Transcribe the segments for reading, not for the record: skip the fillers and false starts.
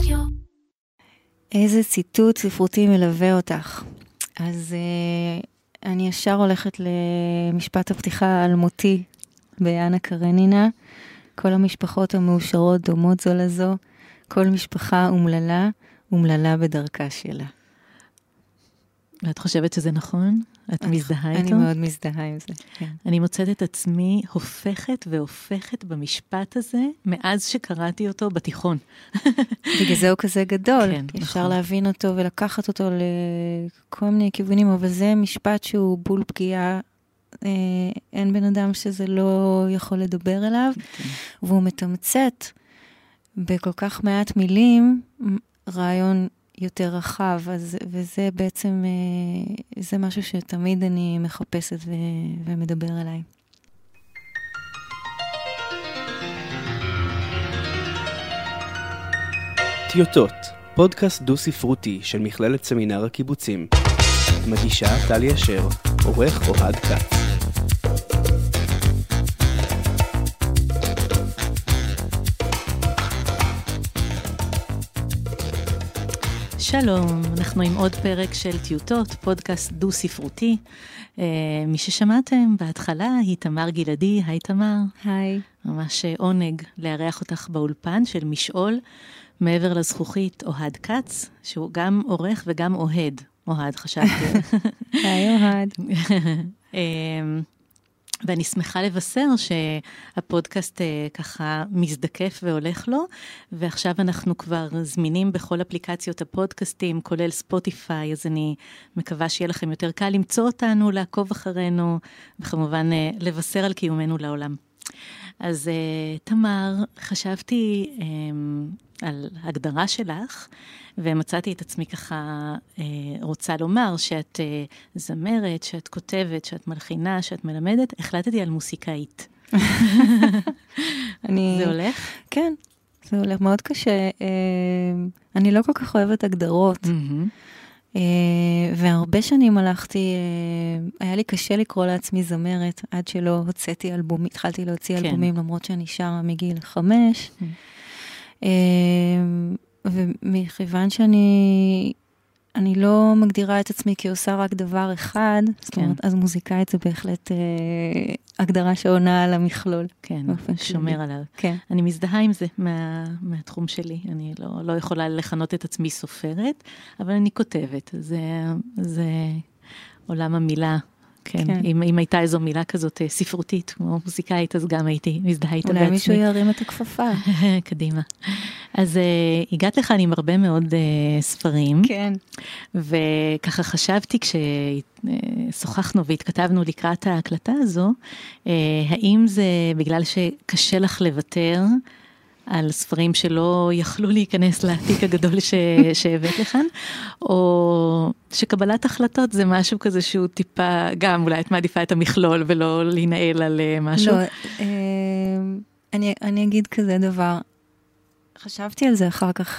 רדיו. איזה ציטוט ספרותי מלווה אותך? אז אני ישר הולכת למשפט הפתיחה האלמותי באנה קרנינה. כל המשפחות המאושרות דומות זו לזו, כל משפחה אומללה, אומללה בדרכה שלה. ואת חושבת שזה נכון? את מזדהה איתו? אני מאוד מזדהה עם זה, כן. אני מוצאת את עצמי הופכת והופכת במשפט הזה, מאז שקראתי אותו בתיכון. בגלל זה הוא כזה גדול, כן, כי אפשר להבין אותו ולקחת אותו לכל מיני כיוונים, אבל זה משפט שהוא בול פגיעה, אין בן אדם שזה לא יכול לדבר אליו, והוא מתמצת בכל כך מעט מילים, רעיון יותר רחב, וזה בעצם, זה משהו שתמיד אני מחפשת ומדבר אליי. טיוטות, פודקאסט דו-ספרותי של מכללת סמינר הקיבוצים. מגישה טלי אשר, עורך אוהד כץ. שלום, אנחנו עם עוד פרק של טיוטות, פודקאסט דו-ספרותי. מי ששמעתם בהתחלה היא תמר גלעדי. היי תמר. היי. ממש עונג לארח אותך באולפן של משעול, מעבר לזכוכית אוהד כץ, שהוא גם עורך וגם אוהד. אוהד, חשבתי. היי אוהד. ואני שמחה לבשר שהפודקאסט ככה מזדקף והולך לו, ועכשיו אנחנו כבר זמינים בכל אפליקציות הפודקאסטים, כולל ספוטיפיי, אז אני מקווה שיהיה לכם יותר קל למצוא אותנו, לעקוב אחרינו, וכמובן לבשר על קיומנו לעולם. אז תמר, חשבתי על הגדרה שלך, ומצאתי את עצמי ככה רוצה לומר שאת זמרת, שאת כותבת, שאת מלחינה, שאת מלמדת, החלטתי על מוסיקאית. זה הולך? כן, זה הולך מאוד קשה. אני לא כל כך אוהבת הגדרות. והרבה שנים הלכתי, היה לי קשה לקרוא לעצמי זמרת, עד שלא הוצאתי אלבומים, התחלתי להוציא אלבומים, למרות שאני שרה מגיל 5. ומכיוון שאני לא מגדירה את עצמי כי עושה רק דבר אחד, זאת אומרת, אז מוזיקאית זה בהחלט הגדרה שעונה על המכלול. כן, שומר עליו. כן. אני מזדהה עם זה מהתחום שלי. אני לא יכולה לכנות את עצמי סופרת, אבל אני כותבת. זה עולם המילה. כן. אם הייתה איזו מילה כזאת ספרותית, כמו מוזיקאית, אז גם הייתי מזדהה איתה בעצמי. אולי מישהו ירים את הכפפה. קדימה. אז הגעת לכאן עם הרבה מאוד ספרים. כן. וככה חשבתי כששוחחנו והתכתבנו לקראת ההקלטה הזו, האם זה בגלל שקשה לך לוותר על ספרים שלא יכלו להיכנס לעתיק הגדול שהבאת לכאן, או שקבלת החלטות זה משהו כזה שהוא טיפה, גם אולי את מעדיפה את המכלול ולא להינעל על משהו? לא, אני אגיד כזה דבר. חשבתי על זה אחר כך,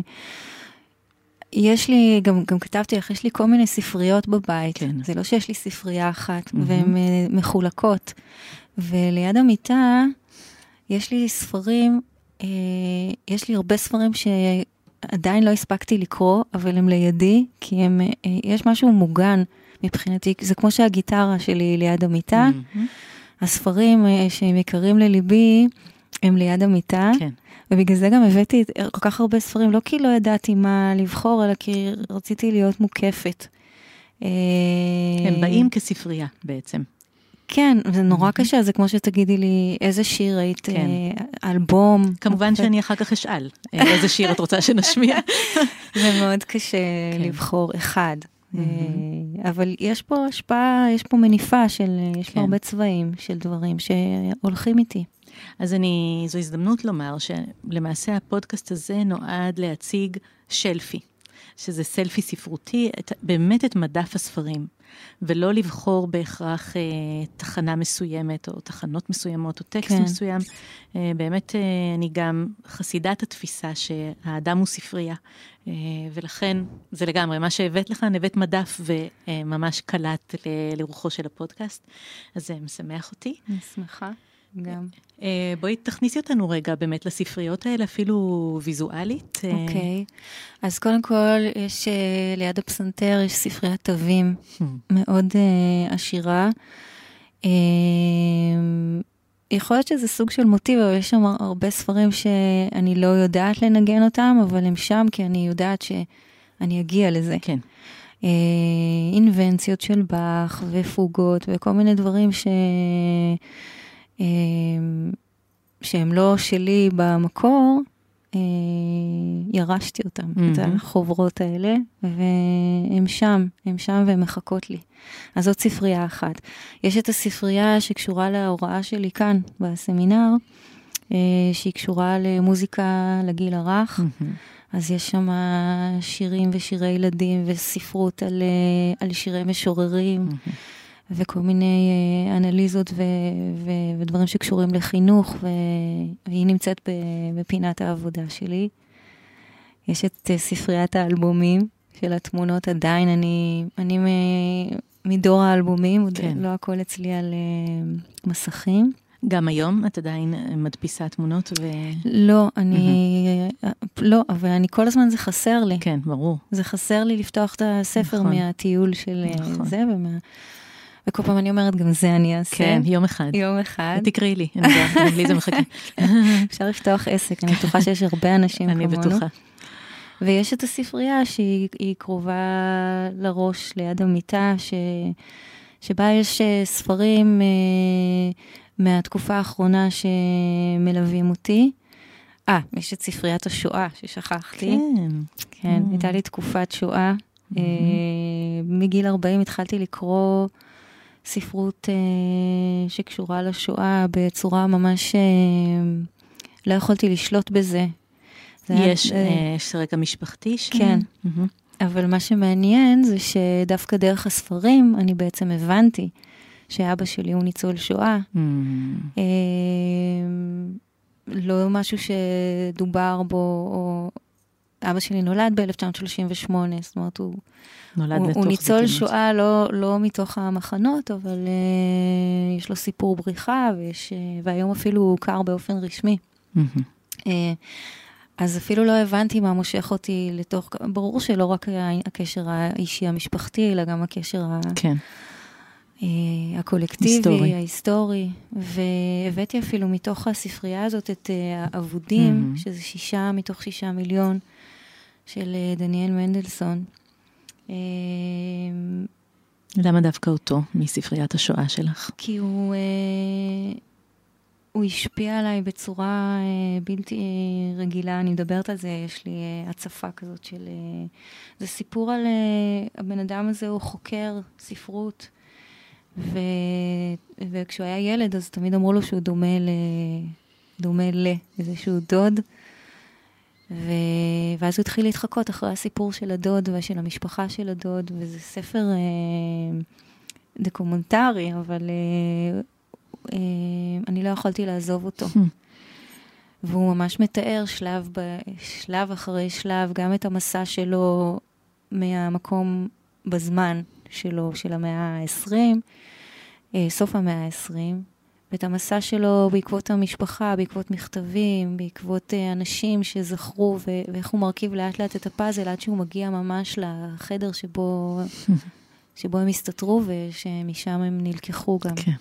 יש לי, גם כתבתי לך, יש לי כל מיני ספריות בבית. כן. זה לא שיש לי ספרייה אחת, והן מחולקות. וליד המיטה, יש לי ספרים, יש לי הרבה ספרים שעדיין לא הספקתי לקרוא, אבל הם לידי, כי יש משהו מוגן מבחינתי. זה כמו שהגיטרה שלי ליד המיטה. הספרים שהם יקרים לליבי, הם ליד המיטה. כן. ובגלל זה גם הבאתי כל כך הרבה ספרים, לא כי לא ידעתי מה לבחור, אלא כי רציתי להיות מוקפת. הם באים כספרייה בעצם. כן, זה נורא קשה, זה כמו שתגידי לי איזה שיר היית, אלבום. כמובן שאני אחר כך אשאל, איזה שיר את רוצה שנשמיע. זה מאוד קשה לבחור אחד. אבל יש פה השפעה, יש פה מניפה יש פה הרבה צבעים של דברים שהולכים איתי. אז זו הזדמנות לומר שלמעשה הפודקאסט הזה נועד להציג שלפי, שזה סלפי ספרותי, באמת את מדף הספרים, ולא לבחור בהכרח תחנה מסוימת, או תחנות מסוימות, או טקסט מסוים. באמת אני גם חסידת התפיסה שהאדם הוא ספרייה, ולכן זה לגמרי, מה שהבאת לך, הבאת מדף וממש קלט לרוחו של הפודקאסט, אז זה משמח אותי. אני שמחה. גם. בואי תכניסי אותנו רגע באמת לספריות האלה, אפילו ויזואלית. אוקיי. אז קודם כל, יש ליד הפסנתר, יש ספריית תווים מאוד עשירה. יכול להיות שזה סוג של מוטיב, אבל יש שם הרבה ספרים שאני לא יודעת לנגן אותם, אבל הם שם כי אני יודעת שאני אגיע לזה. כן. אינבנציות של באך ופוגות וכל מיני דברים שהם לא שלי במקור, ירשתי אותם, את החוברות האלה, והם שם והם מחכות לי. אז זאת ספרייה אחת. יש את הספרייה שקשורה להוראה שלי כאן, בסמינר, שהיא קשורה למוזיקה לגיל הרך, אז יש שם שירים ושירי ילדים וספרות על שירי משוררים, וכל מיני אנליזות ודברים שקשורים לחינוך, והיא נמצאת בפינת העבודה שלי. יש את ספריית האלבומים של התמונות, עדיין אני מדור האלבומים, לא הכל אצלי על מסכים. גם היום את עדיין מדפיסה תמונות לא, לא, אבל כל הזמן זה חסר לי. כן, ברור. זה חסר לי לפתוח את הספר מהטיול של זה, וכל פעם אני אומרת, גם זה אני אעשה. כן, יום אחד. יום אחד. תקראי לי, אני יודעת, גם לי זה מחכה. אפשר לפתוח עסק, אני בטוחה שיש הרבה אנשים כמונו. אני בטוחה. ויש את הספרייה שהיא קרובה לראש, ליד המיטה, שבה יש ספרים מהתקופה האחרונה שמלווים אותי. יש את ספריית השואה ששכחתי. כן, הייתה לי תקופת שואה. מגיל 40 התחלתי לקרוא ספרות שקשורה לשואה בצורה ממש, לא יכולתי לשלוט בזה. יש רגע משפחתי? כן. אבל מה שמעניין זה שדווקא דרך הספרים אני בעצם הבנתי שאבא שלי הוא ניצול שואה. לא משהו שדובר בו, או אבא שלי נולד ב-1938, זאת אומרת, הוא ניצול שואה לא מתוך המחנות, אבל יש לו סיפור בריחה, והיום אפילו הוא הוכר באופן רשמי. אז אפילו לא הבנתי מה מושך אותי לתוך, ברור שלא רק הקשר האישי המשפחתי, אלא גם הקשר הקולקטיבי, ההיסטורי, והבאתי אפילו מתוך הספרייה הזאת את האבודים, שזה 6 מתוך 6 מיליון של דניאל מנדלסון. למה דווקא אותו מספריית השואה שלך? כי הוא השפיע עליי בצורה בלתי רגילה, אני מדברת על זה, יש לי הצפה כזאת של... זה סיפור על... הבן אדם הזה הוא חוקר ספרות, וכשהוא היה ילד, אז תמיד אמרו לו שהוא דומה לאיזשהו דוד, ואז הוא התחיל להתחקות אחרי הסיפור של הדוד ושל המשפחה של הדוד, וזה ספר דוקומנטרי, אבל אני לא יכולתי לעזוב אותו. והוא ממש מתאר שלב אחרי שלב, גם את המסע שלו מהמקום בזמן שלו, של המאה ה-20, סוף המאה ה-20, ואת המסע שלו בעקבות המשפחה, בעקבות מכתבים, בעקבות אנשים שזכרו, ואיך הוא מרכיב לאט לאט את הפאזל, עד שהוא מגיע ממש לחדר שבו הם הסתתרו, ושמשם הם נלקחו גם. כן.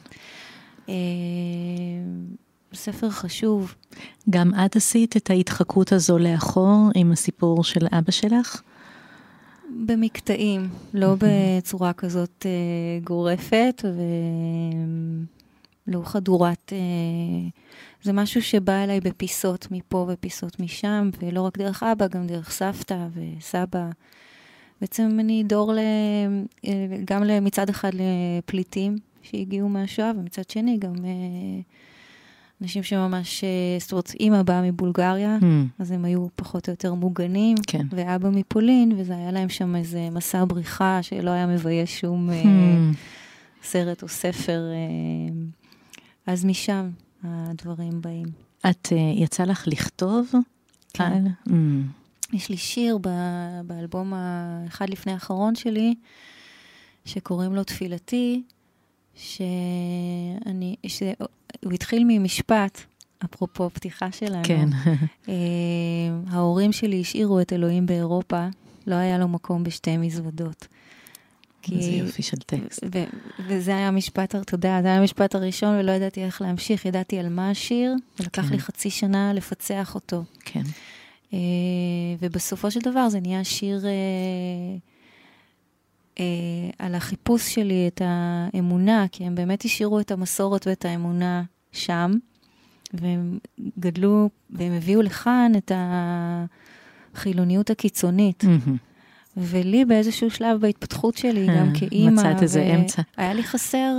ספר חשוב. גם את עשית את ההתחקות הזו לאחור עם הסיפור של אבא שלך? במקטעים, לא בצורה כזאת גורפת, ולא חדורת, זה משהו שבא אליי בפיסות מפה ופיסות משם, ולא רק דרך אבא, גם דרך סבתא וסבא. בעצם אני דור גם מצד אחד לפליטים שהגיעו מהשואה, ומצד שני גם אנשים שממש, זאת אומרת, אמא באה מבולגריה, אז הם היו פחות או יותר מוגנים, כן. ואבא מפולין, וזה היה להם שם איזה מסע בריחה, שלא היה מבייש שום סרט או ספר, אז משם הדברים באים. את יצא לך לכתוב? כן. יש לי שיר באלבום האחד לפני האחרון שלי, שקוראים לו תפילתי, שהוא התחיל ממשפט, אפרופו פתיחה שלנו. כן. ההורים שלי השאירו את אלוהים באירופה, לא היה לו מקום בשתי מזוודות. זה יופי של טקסט. וזה היה המשפט, תודה, זה היה המשפט הראשון, ולא ידעתי איך להמשיך, ידעתי על מה השיר, ולקח לי חצי שנה לפצח אותו. כן. ובסופו של דבר זה נהיה שיר על החיפוש שלי את האמונה, כי הם באמת השאירו את המסורת ואת האמונה שם, והם גדלו, והם הביאו לכאן את החילוניות הקיצונית. ולי באיזשהו שלב בהתפתחות שלי, גם כאימא, מצאת איזה אמצע. היה לי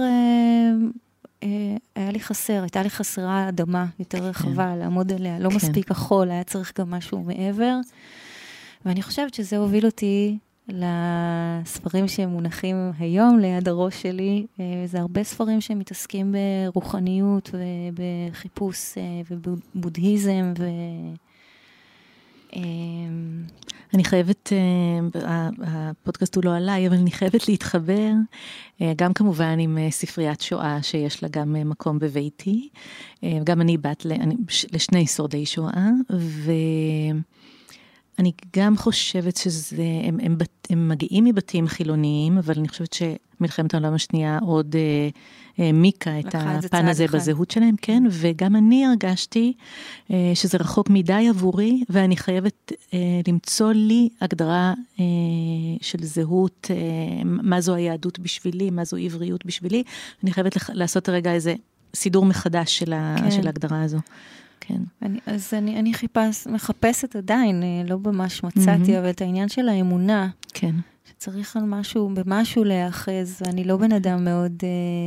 חסר, הייתה לי חסרה אדמה יותר רחבה, לעמוד עליה, לא מספיק החול, היה צריך גם משהו מעבר. ואני חושבת שזה הוביל אותי לספרים שמונחים היום ליד הראש שלי. זה הרבה ספרים שמתעסקים ברוחניות ובחיפוש ובודהיזם אני חייבת, הפודקאסט הוא לא עליי, אבל אני חייבת להתחבר, גם כמובן עם ספריית שואה, שיש לה גם מקום בביתי, גם אני בת לשני שורדי שואה, ואני גם חושבת שזה, הם מגיעים מבתים חילוניים, אבל אני חושבת שמלחמת העולם השנייה עוד העמיקה את הפן הזה בזהות שלהם, כן, וגם אני הרגשתי שזה רחוק מדי עבורי, ואני חייבת למצוא לי הגדרה של זהות, מה זו היהדות בשבילי, מה זו עבריות בשבילי, אני חייבת לעשות רגע איזה סידור מחדש של ההגדרה הזו. כן. אז אני מחפשת עדיין, לא ממש מצאתי, אבל את העניין של האמונה, כן. שצריך על במשהו להיאחז, ואני לא בן אדם מאוד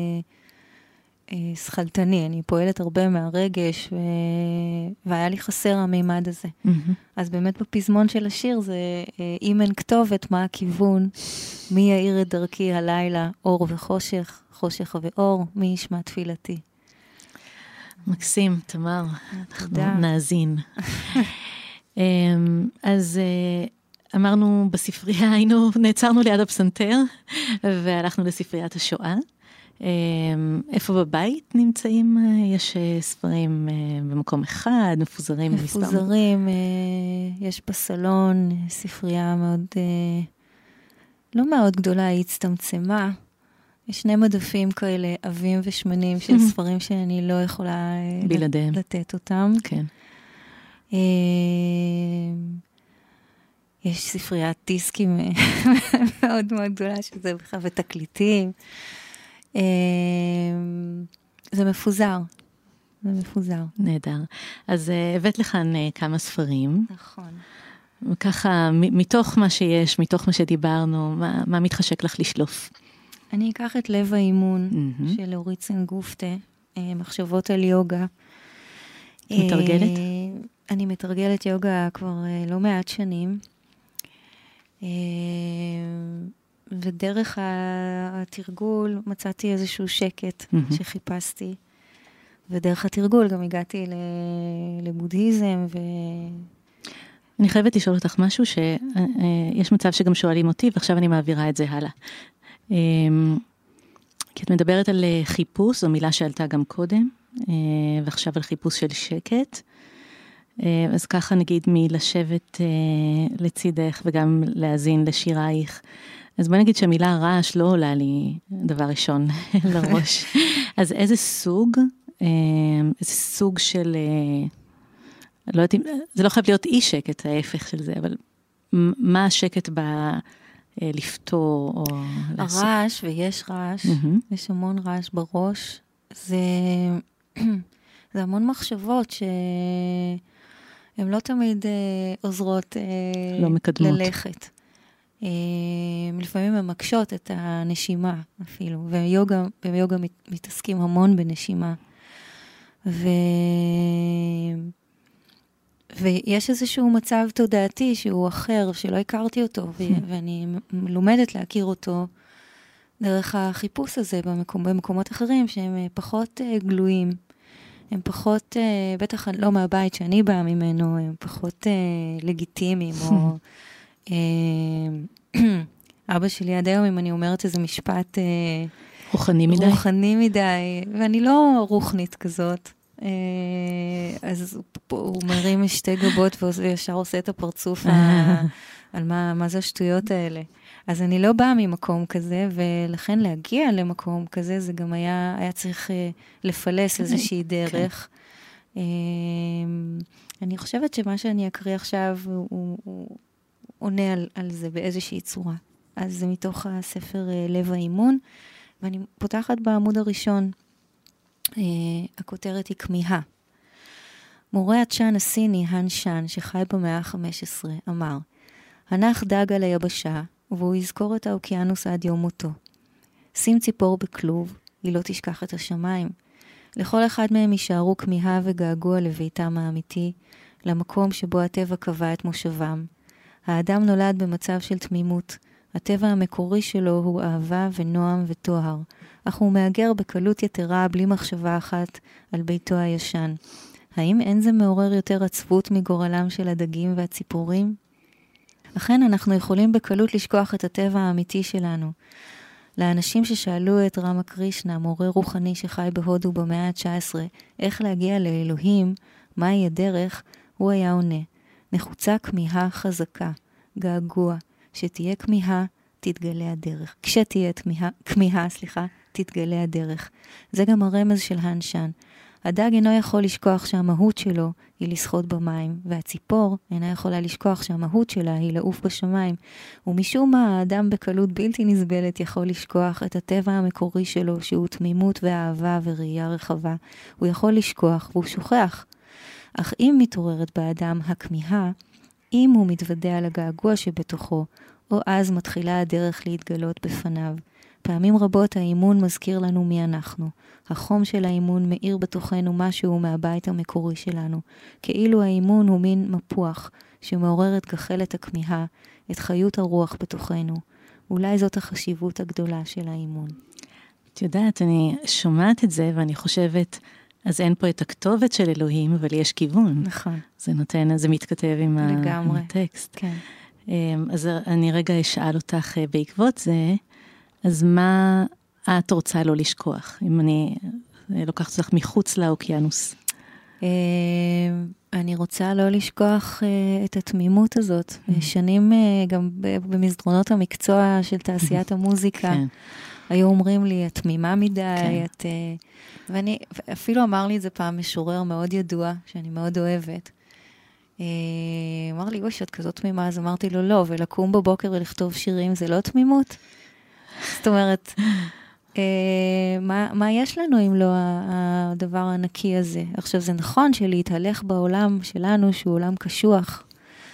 שכלתני, אני פועלת הרבה מהרגש, והיה לי חסר המימד הזה. אז באמת בפזמון של השיר זה, אם אין כתובת, מה הכיוון, מי יאיר את דרכי הלילה, אור וחושך, חושך ואור, מי ישמע תפילתי. מקסים, תמר, אנחנו נאזין. אז אמרנו בספרייה, נעצרנו ליד הפסנתר, והלכנו לספריית השואה. איפה בבית נמצאים? יש ספרים במקום אחד, מפוזרים? מפוזרים, יש בסלון ספרייה מאוד, לא מאוד גדולה, היא הצטמצמה. יש שני מדפים כאלה, עבים ושמנים, של ספרים שאני לא יכולה לתת אותם. כן. יש ספריית דיסקים מאוד מאוד גדולה, שזה בכלל ותקליטים. זה מפוזר. זה מפוזר. נהדר. אז הבאת לכאן כמה ספרים. נכון. וככה, מתוך מה שיש, מתוך מה שדיברנו, מה מתחשק לך לשלוף? אני אקח את לב האימון של אורית סנגופטה, מחשבות על יוגה. מתרגלת? אני מתרגלת יוגה כבר לא מעט שנים. ודרך התרגול מצאתי איזשהו שקט שחיפשתי. ודרך התרגול גם הגעתי לבודהיזם אני חייבת לשאול אותך משהו שיש מצב שגם שואלים אותי, ועכשיו אני מעבירה את זה הלאה. כי את מדברת על חיפוש, זו מילה שעלתה גם קודם, ועכשיו על חיפוש של שקט. אז ככה נגיד מלשבת לצידך וגם להאזין לשירייך. אז בוא נגיד שהמילה רעש לא עולה לי דבר ראשון לראש. אז איזה סוג של, לא יודעת, זה לא חייב להיות אי שקט, ההפך של זה, אבל מה השקט לפתור או לעשות? הרעש, ויש רעש, יש המון רעש בראש, זה המון מחשבות שהן לא תמיד עוזרות לא מקדמות. ללכת. לפעמים הן מקשות את הנשימה אפילו, וביוגה מתעסקים המון בנשימה. ויש איזשהו מצב תודעתי שהוא אחר, שלא הכרתי אותו, ואני לומדת להכיר אותו דרך החיפוש הזה במקומות אחרים, שהם פחות גלויים, הם פחות, בטח לא מהבית שאני באה ממנו, הם פחות לגיטימיים, או אבא שלי עד היום, אם אני אומרת איזה משפט רוחני מדי. רוחני מדי, ואני לא רוחנית כזאת. אז הוא מרים שתי גבות וישר עושה את הפרצוף על מה זה השטויות האלה. אז אני לא באה ממקום כזה, ולכן להגיע למקום כזה, זה גם היה צריך לפלס איזושהי דרך. אני חושבת שמה שאני אקריא עכשיו, הוא עונה על זה באיזושהי צורה. אז זה מתוך הספר לב האימון, ואני פותחת בעמוד הראשון. הכותרת היא כמיהה. מורה הצ'אן הסיני, האן שאן, שחי במאה ה-15, אמר, הנח דג על היבשה, והוא יזכור את האוקיינוס עד יום מותו. שים ציפור בכלוב, היא לא תשכח את השמיים. לכל אחד מהם יישארו כמיהה וגעגוע לביתם האמיתי, למקום שבו הטבע קבע את מושבם. האדם נולד במצב של תמימות. הטבע המקורי שלו הוא אהבה ונועם ותואר, אך הוא מאגר בקלות יתרה בלי מחשבה אחת על ביתו הישן. האם אין זה מעורר יותר עצבות מגורלם של הדגים והציפורים? אכן אנחנו יכולים בקלות לשכוח את הטבע האמיתי שלנו. לאנשים ששאלו את רמה קרישנה, מורה רוחני שחי בהודו במאה ה-19, איך להגיע לאלוהים, מהי הדרך, הוא היה עונה. נחוצה כמיהה חזקה, געגוע, שתהיה כמיהה, תתגלה הדרך. כשתהיה כמיהה, תתגלה הדרך. זה גם הרמז של האן שאן. הדג אינו יכול לשכוח שהמהות שלו היא לשחות במים, והציפור אינה יכולה לשכוח שהמהות שלה היא לעוף בשמיים, ומשום מה האדם בקלות בלתי נסבלת יכול לשכוח את הטבע המקורי שלו, שהוא תמימות ואהבה וראייה רחבה. הוא יכול לשכוח והוא שוכח. אך אם מתעוררת באדם הכמיהה, אם הוא מתוודע על הגעגוע שבתוכו, או אז מתחילה הדרך להתגלות בפניו. פעמים רבות האימון מזכיר לנו מי אנחנו. החום של האימון מאיר בתוכנו משהו מהבית המקורי שלנו. כאילו האימון הוא מין מפוח שמעורר את גחלת הכמיהה, את חיות הרוח בתוכנו. אולי זאת החשיבות הגדולה של האימון. את יודעת, אני שומעת את זה ואני חושבת, אז אין פה את הכתובת של אלוהים, אבל יש כיוון. נכון. זה נותן, זה מתכתב עם לגמרי. הטקסט. כן. אז אני רגע אשאל אותך בעקבות זה, אז מה את רוצה לא לשכוח, אם אני לוקחת אותך מחוץ לאוקיינוס? אני רוצה לא לשכוח את התמימות הזאת. שנים גם במסדרונות המקצוע של תעשיית המוזיקה, היו אומרים לי, את תמימה מדי, ואני אפילו אמר לי את זה פעם משורר מאוד ידוע, שאני מאוד אוהבת. אמר לי, שאת כזאת תמימה, אז אמרתי לו, לא, ולקום בבוקר ולכתוב שירים, זה לא תמימות? זאת אומרת, מה יש לנו אם לא הדבר הענקי הזה? עכשיו, זה נכון שלהתהלך בעולם שלנו, שהוא עולם קשוח,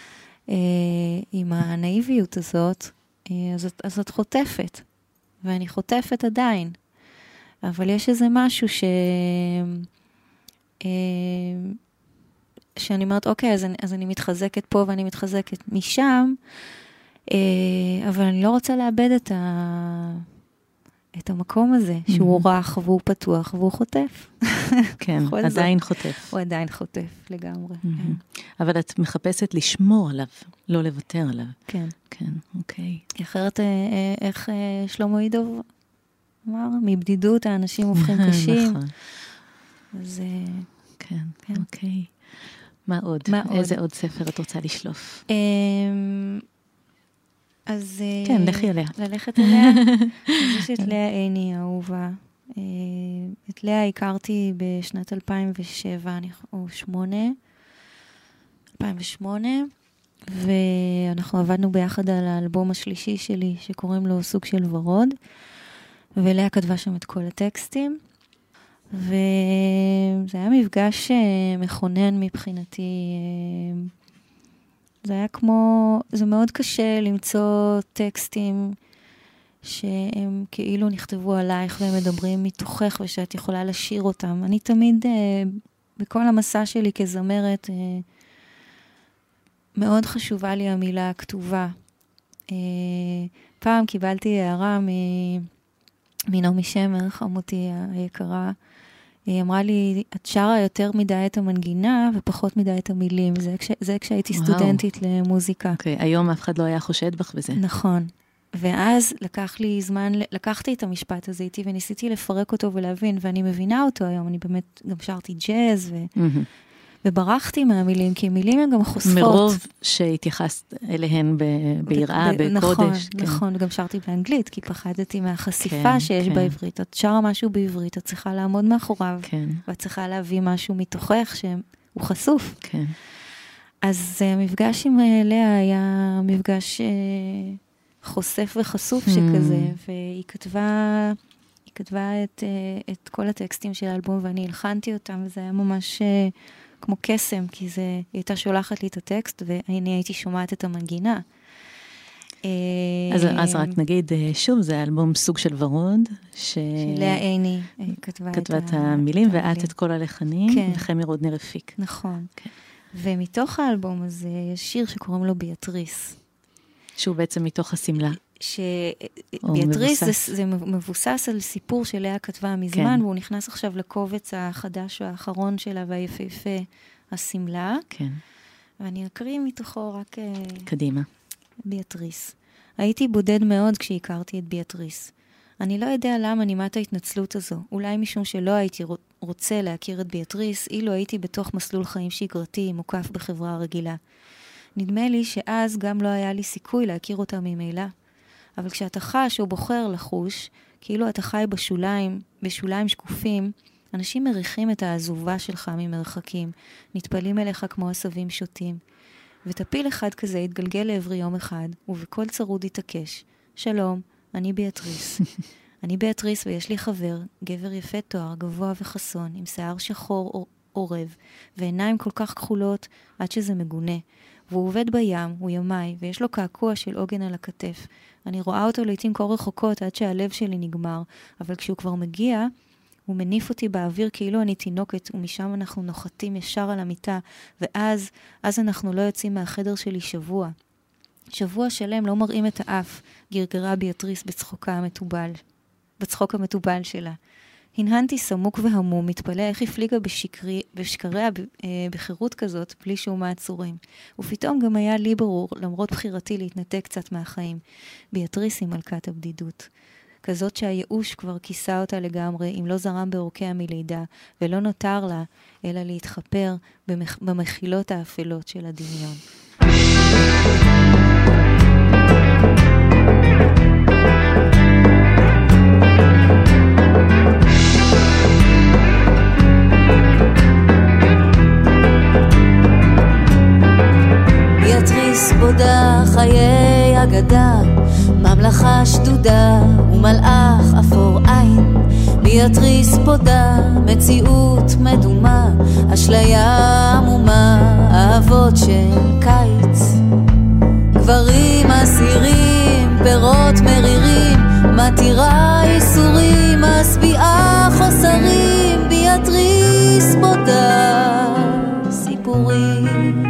עם הנאיביות הזאת, אז את חוטפת, ואני חוטפת עדיין. אבל יש איזה משהו שאני אומרת, אוקיי, אז אני מתחזקת פה ואני מתחזקת משם, אבל אני לא רוצה לאבד את המקום הזה, שהוא רך והוא פתוח והוא חוטף. כן, עדיין חוטף. הוא עדיין חוטף לגמרי. אבל את מחפשת לשמור עליו, לא לוותר עליו. כן. כן, אוקיי. אחרת, איך שלמה ידוב אמר, מבדידות האנשים הופכים קשים. נכון. אז כן, אוקיי. מה עוד? איזה עוד ספר את רוצה לשלוף? אז כן, לכי אליה. ללכת אליה. יש את לאה עיני, האהובה. את לאה הכרתי בשנת 2007, או 2008, ואנחנו עבדנו ביחד על האלבום השלישי שלי, שקוראים לו סוג של ורוד, ולאה כתבה שם את כל הטקסטים, וזה היה מפגש מכונן מבחינתי. זה היה זה מאוד קשה למצוא טקסטים שהם כאילו נכתבו עלייך והם מדברים מתוכך ושאת יכולה לשיר אותם. אני תמיד, בכל המסע שלי כזמרת, מאוד חשובה לי המילה הכתובה. פעם קיבלתי הערה מנעמי שמר, חמותי היקרה, היא אמרה לי, את שרה יותר מדי את המנגינה ופחות מדי את המילים. זה כשהייתי סטודנטית למוזיקה. אוקיי, היום אף אחד לא היה חושד בך בזה. נכון. ואז לקח לי זמן, לקחתי את המשפט הזה איתי, וניסיתי לפרק אותו ולהבין, ואני מבינה אותו היום, אני באמת גם שרתי ג'אז, וברחתי מהמילים, כי מילים הן גם חושפות. מרוב שהתייחסת אליהן ביראה, בקודש. נכון, וגם שרתי באנגלית, כי פחדתי מהחשיפה שיש בעברית. את שרה משהו בעברית, את צריכה לעמוד מאחוריו, ואת צריכה להביא משהו מתוכך שהוא חשוף. כן. אז המפגש עם לאה היה מפגש חושף וחשוף שכזה, והיא כתבה את כל הטקסטים של האלבום, ואני הלחנתי אותם, וזה היה ממש כמו קסם, כי היא הייתה שולחת לי את הטקסט, ואני הייתי שומעת את המנגינה. אז רק נגיד, שוב, זה אלבום סוג של ורוד, שלאה עיני כתבה את המילים, ואת את כל הלחנים, וחמי רודנר הפיק. נכון. ומתוך האלבום הזה יש שיר שקוראים לו ביאטריס. שהוא בעצם מתוך הסמלה. ביאטריס זה מבוסס על סיפור שלאה כתבה מזמן, והוא נכנס עכשיו לקובץ החדש והאחרון שלה, והיפהפה, הסמלה. כן. ואני אקריא מתוכו רק... קדימה. ביאטריס. הייתי בודד מאוד כשהכרתי את ביאטריס. אני לא יודע למה נימת ההתנצלות הזו, אולי משום שלא הייתי רוצה להכיר את ביאטריס, אילו הייתי בתוך מסלול חיים שגרתי, מוקף בחברה רגילה. נדמה לי שאז גם לא היה לי סיכוי להכיר אותה ממילא. אבל כשאתה חש או בוחר לחוש, כאילו אתה חי בשוליים שקופים, אנשים מריחים את העזובה שלך ממרחקים, נטפלים אליך כמו עשבים שוטים. וטפיל אחד כזה התגלגל לעברי יום אחד, ובכל צרוד התעקש. שלום, אני ביאטריס. אני ביאטריס ויש לי חבר, גבר יפה תואר, גבוה וחסון, עם שיער שחור עורב, ועיניים כל כך כחולות עד שזה מגונה. והוא עובד בים, הוא ימי, ויש לו קעקוע של עוגן על הכתף. אני רואה אותו לעתים כה רחוקות עד שהלב שלי נגמר, אבל כשהוא כבר מגיע, הוא מניף אותי באוויר כאילו אני תינוקת, ומשם אנחנו נוחתים ישר על המיטה, ואז אנחנו לא יוצאים מהחדר שלי שבוע. שבוע שלם לא מראים את האף, גרגרה ביאטריס בצחוק המטובל שלה. הנהנתי סמוק והמום, מתפלא איך הפליגה בשקריה בחירות כזאת, בלי שום מעצורים. ופתאום גם היה לי ברור, למרות בחירתי להתנתק קצת מהחיים. ביאטריס היא מלכת הבדידות. כזאת שהייאוש כבר כיסה אותה לגמרי, אם לא זרם בעורקיה מלידה, ולא נותר לה, אלא להתחפר במחילות האפלות של הדמיון. ביאטריס בודה חיי אגדה, ממלכה שדודה ומלאך אפור עין. ביאטריס בודה מציאות מדומה, אשליה עמומה, אהבות של קיץ. גברים אסירים, פירות מרירים, מתירה איסורים, משביעה חוסרים. ביאטריס בודה סיפורים.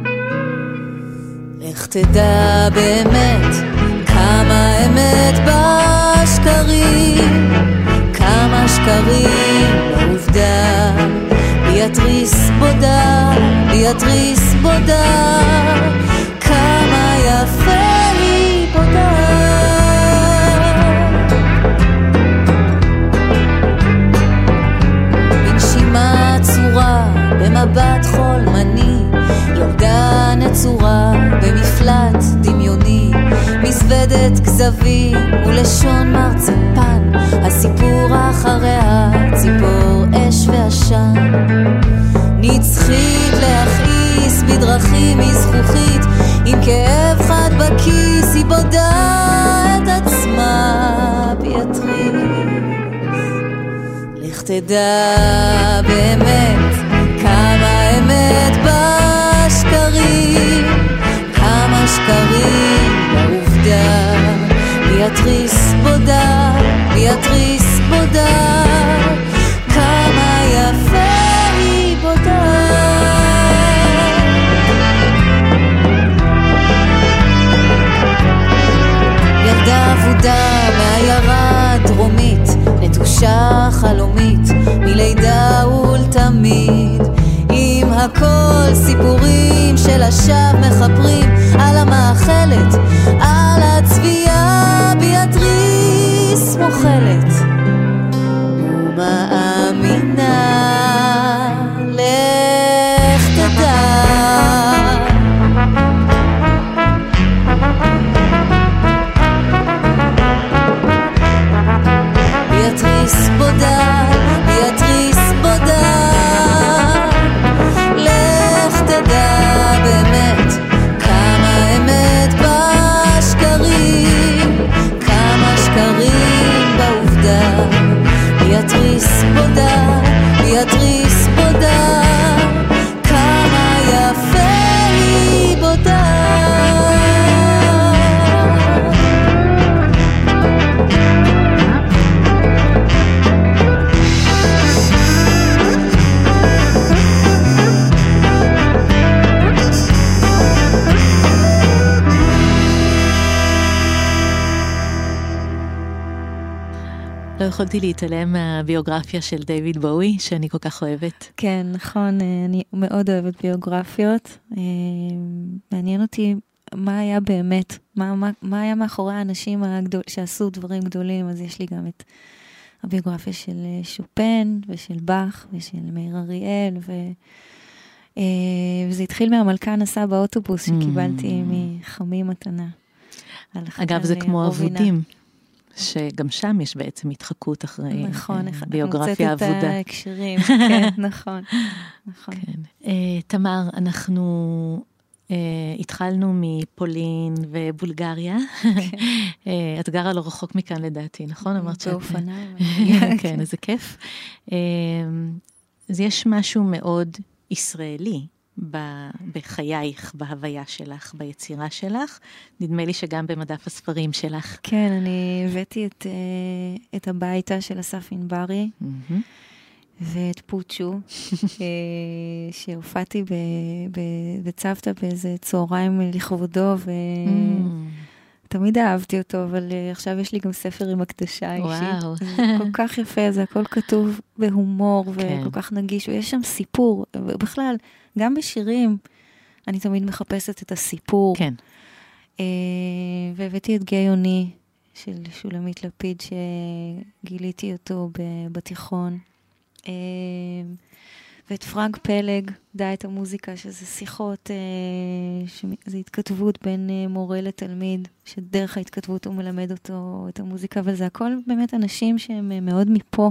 איך תדע באמת כמה אמת בשקרים, כמה שקרים בעובדה. ביאטריס בודה, ביאטריס בודה, כמה יפה היא בודה. בנשימה צורה, במבט חולמני, ילדה נצורה במפלט דמיוני, מזוודת כזבים ולשון מרצפן, הסיפור אחריה ציפור אש ועשן. נצחית להכעיס בדרכים מזכוכית, עם כאב חד בכיס היא בודה את עצמה. ביאטריס, לך תדע באמת כמה אמת בשקרים, כמה שקרים בעובדה. ביאטריס בודה, ביאטריס בודה, כמה יפה היא בודה. ילדה עבודה מעיירה דרומית, נטושה חלומית, מלידה ולתמיד. עם הכל סיפורים של השווא מחפרים, על המאכלת, על הצביעה. לא יכולתי להתעלם מהביוגרפיה של דיוויד בואי, שאני כל כך אוהבת. כן, נכון, אני מאוד אוהבת ביוגרפיות. מעניין אותי מה היה באמת, מה היה מאחורי האנשים שעשו דברים גדולים, אז יש לי גם את הביוגרפיה של שופן ושל באך ושל מאיר אריאל, וזה התחיל מהמלכה נסע באוטובוס שקיבלתי מחמי מתנה. אגב, זה כמו אבודים. שגם שם יש בעצם התחקות אחרי ביוגרפיה עבודה. מוצאת את ההקשרים, כן, נכון. תמר, אנחנו התחלנו מפולין ובולגריה. את גרה לא רחוק מכאן לדעתי, נכון? באופניים. כן, איזה כיף. אז יש משהו מאוד ישראלי בחייך, בהוויה שלך, ביצירה שלך. נדמה לי שגם במדף הספרים שלך. כן, אני הבאתי את הביתה של אסף ענברי, ואת פוצ'ו, שהופעתי בצוותא באיזה צהריים לכבודו, ותמיד אהבתי אותו, אבל עכשיו יש לי גם ספר עם הקדשה אישית. זה כל כך יפה, זה הכל כתוב בהומור, וכל כך נגיש, ויש שם סיפור, ובכלל, גם בשירים, אני תמיד מחפשת את הסיפור. כן. והבאתי את גיא יוני, של שולמית לפיד, שגיליתי אותו בתיכון. ואת פרנק פלג, דע את המוזיקה, שזה שיחות, זה התכתבות בין מורה לתלמיד, שדרך ההתכתבות הוא מלמד אותו את המוזיקה, אבל זה הכל באמת אנשים שהם מאוד מפה.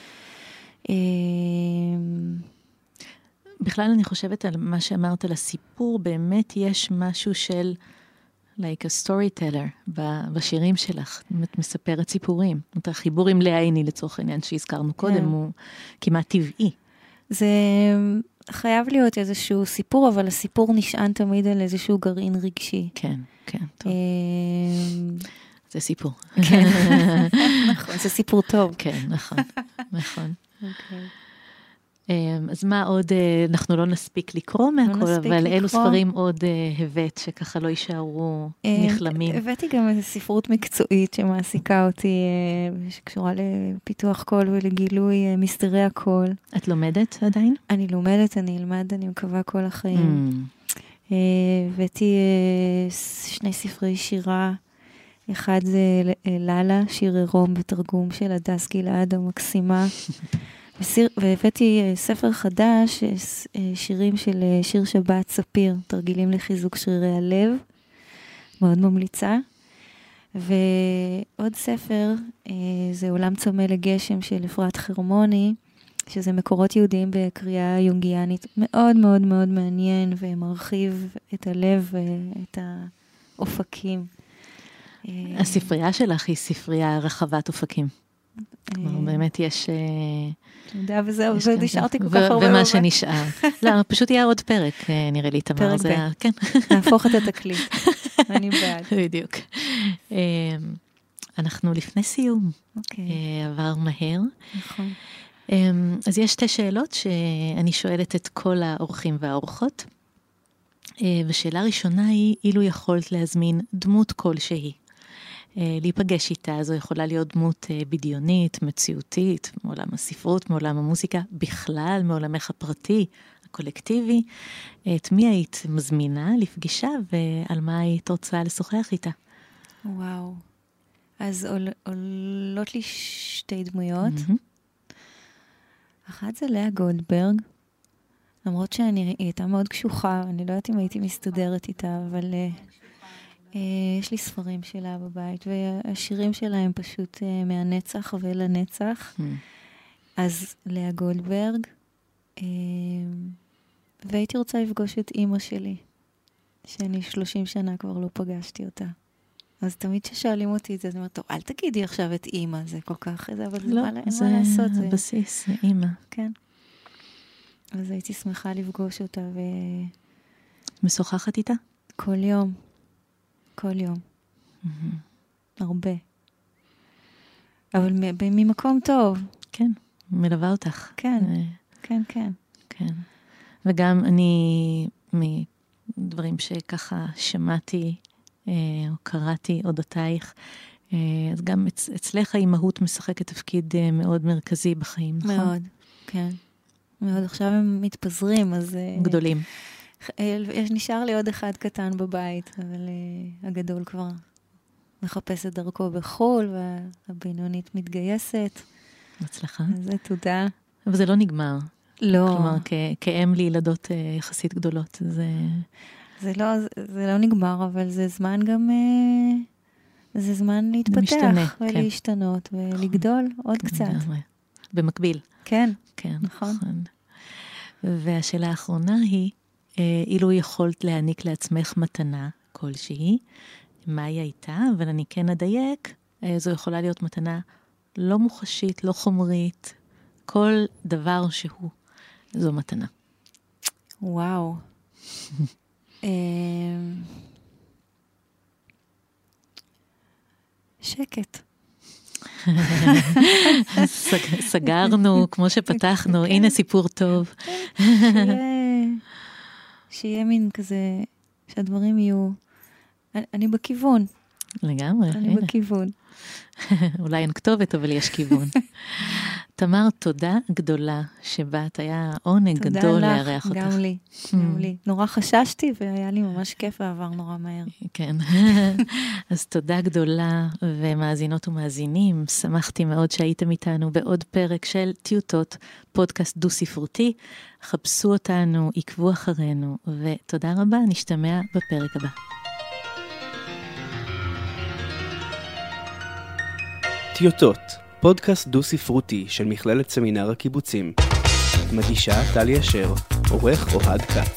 בכלל אני חושבת על מה שאמרת על הסיפור, באמת יש משהו של like a storyteller בשירים שלך, את מספרת סיפורים. את החיבור עם לאה עיני לצורך העניין שהזכרנו קודם, הוא כמעט טבעי. זה חייב להיות איזשהו סיפור, אבל הסיפור נשען תמיד על איזשהו גרעין רגשי. כן, כן, טוב. זה סיפור. כן, נכון, זה סיפור טוב. כן, נכון, נכון. אז מה עוד, אנחנו לא נספיק לקרוא מהכל, אבל אילו ספרים עוד הבאת שככה לא יישארו נכלמים? הבאתי גם איזו ספרות מקצועית שמעסיקה אותי, שקשורה לפיתוח קול ולגילוי מסתרי הקול. את לומדת עדיין? אני לומדת, אני אלמד, אני מקווה כל החיים. הבאתי שני ספרי שירה, אחד זה ללה, שיר עירום בתרגום של הדס גלעד המקסימה, והבאתי ספר חדש, שירים של שיר שבת ספיר, תרגילים לחיזוק שרירי הלב, מאוד ממליצה. ועוד ספר, זה עולם צמא לגשם של אפרת חרמוני, שזה מקורות יהודיים בקריאה יונגיאנית, מאוד מאוד מאוד מעניין, ומרחיב את הלב ואת האופקים. הספרייה שלך היא ספרייה רחבת אופקים. כלומר, באמת יש... תודה, וזהו, נשארתי כל כך הרבה. ומה שנשאר. לא, פשוט יהיה עוד פרק, נראה לי, תמר. פרק ב'. כן. נהפוך את התקליט. אני בעד. בדיוק. אנחנו לפני סיום. עבר מהר. נכון. אז יש שתי שאלות שאני שואלת את כל האורחים והאורחות. ושאלה ראשונה היא, אילו יכולת להזמין דמות כלשהי. להיפגש איתה, זו יכולה להיות דמות בדיונית, מציאותית, מעולם הספרות, מעולם המוזיקה, בכלל, מעולמך הפרטי, הקולקטיבי. את מי היית מזמינה לפגישה, ועל מה היית רוצה לשוחח איתה? וואו. אז עולות לי שתי דמויות. אחת זה לאה גולדברג, למרות שהיא הייתה מאוד קשוחה, אני לא יודעת אם הייתי מסתדרת איתה, אבל... יש לי ספרים שלה בבית, והשירים שלה הם פשוט מהנצח ולנצח. אז לאה גולדברג, והייתי רוצה לפגוש את אימא שלי, שאני 30 שנה כבר לא פגשתי אותה. אז תמיד ששואלים אותי את זה, אני אומרת, טוב, אל תגידי עכשיו את אימא, זה כל כך, אבל לא, אין מה לעשות. זה הבסיס, זה אימא. כן. אז הייתי שמחה לפגוש אותה משוחחת איתה? כל יום. כל יום. הרבה. אבל ממקום טוב. כן, מלווה אותך. כן, כן, כן. כן. וגם אני, מדברים שככה שמעתי, או קראתי אודותייך, אז גם אצלך האימהות משחקת תפקיד מאוד מרכזי בחיים, נכון? מאוד, כן. מאוד, עכשיו הם מתפזרים, אז... גדולים. נשאר לי עוד אחד קטן בבית, אבל הגדול כבר מחפש את דרכו בחול, והבינונית מתגייסת. הצלחה. אז זה תודה. אבל זה לא נגמר. לא. כלומר, כאם לילדות יחסית גדולות, זה לא נגמר, אבל זה זמן גם... זה זמן להתפתח ולהשתנות ולגדול עוד קצת. במקביל. כן, כן, נכון. והשאלה האחרונה היא, אילו יכולת להעניק לעצמך מתנה כלשהי, מה היא הייתה? אבל אני כן אדייק, זו יכולה להיות מתנה לא מוחשית, לא חומרית, כל דבר שהוא, זו מתנה. וואו. שקט. סגרנו, כמו שפתחנו, הנה סיפור טוב. שיהיה מין כזה, שהדברים יהיו, אני בכיוון. לגמרי, הנה. אני בכיוון. אולי אין כתובת, אבל יש כיוון. תמר, תודה גדולה שבאת, היה עונג גדול לארח אותך. תודה לך, גם לי. נורא חששתי והיה לי ממש כיף ועבר נורא מהר. כן. אז תודה גדולה ומאזינות ומאזינים. שמחתי מאוד שהייתם איתנו בעוד פרק של טיוטות, פודקאסט דו-ספרותי. חפשו אותנו, עקבו אחרינו, ותודה רבה, נשתמע בפרק הבא. טיוטות, פודקאסט דו-ספרותי של מכללת סמינר הקיבוצים. מגישה טלי אשר, עורך אוהד כץ.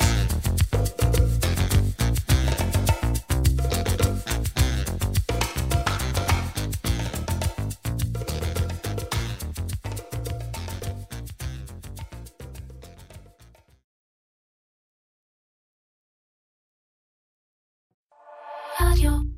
רדיו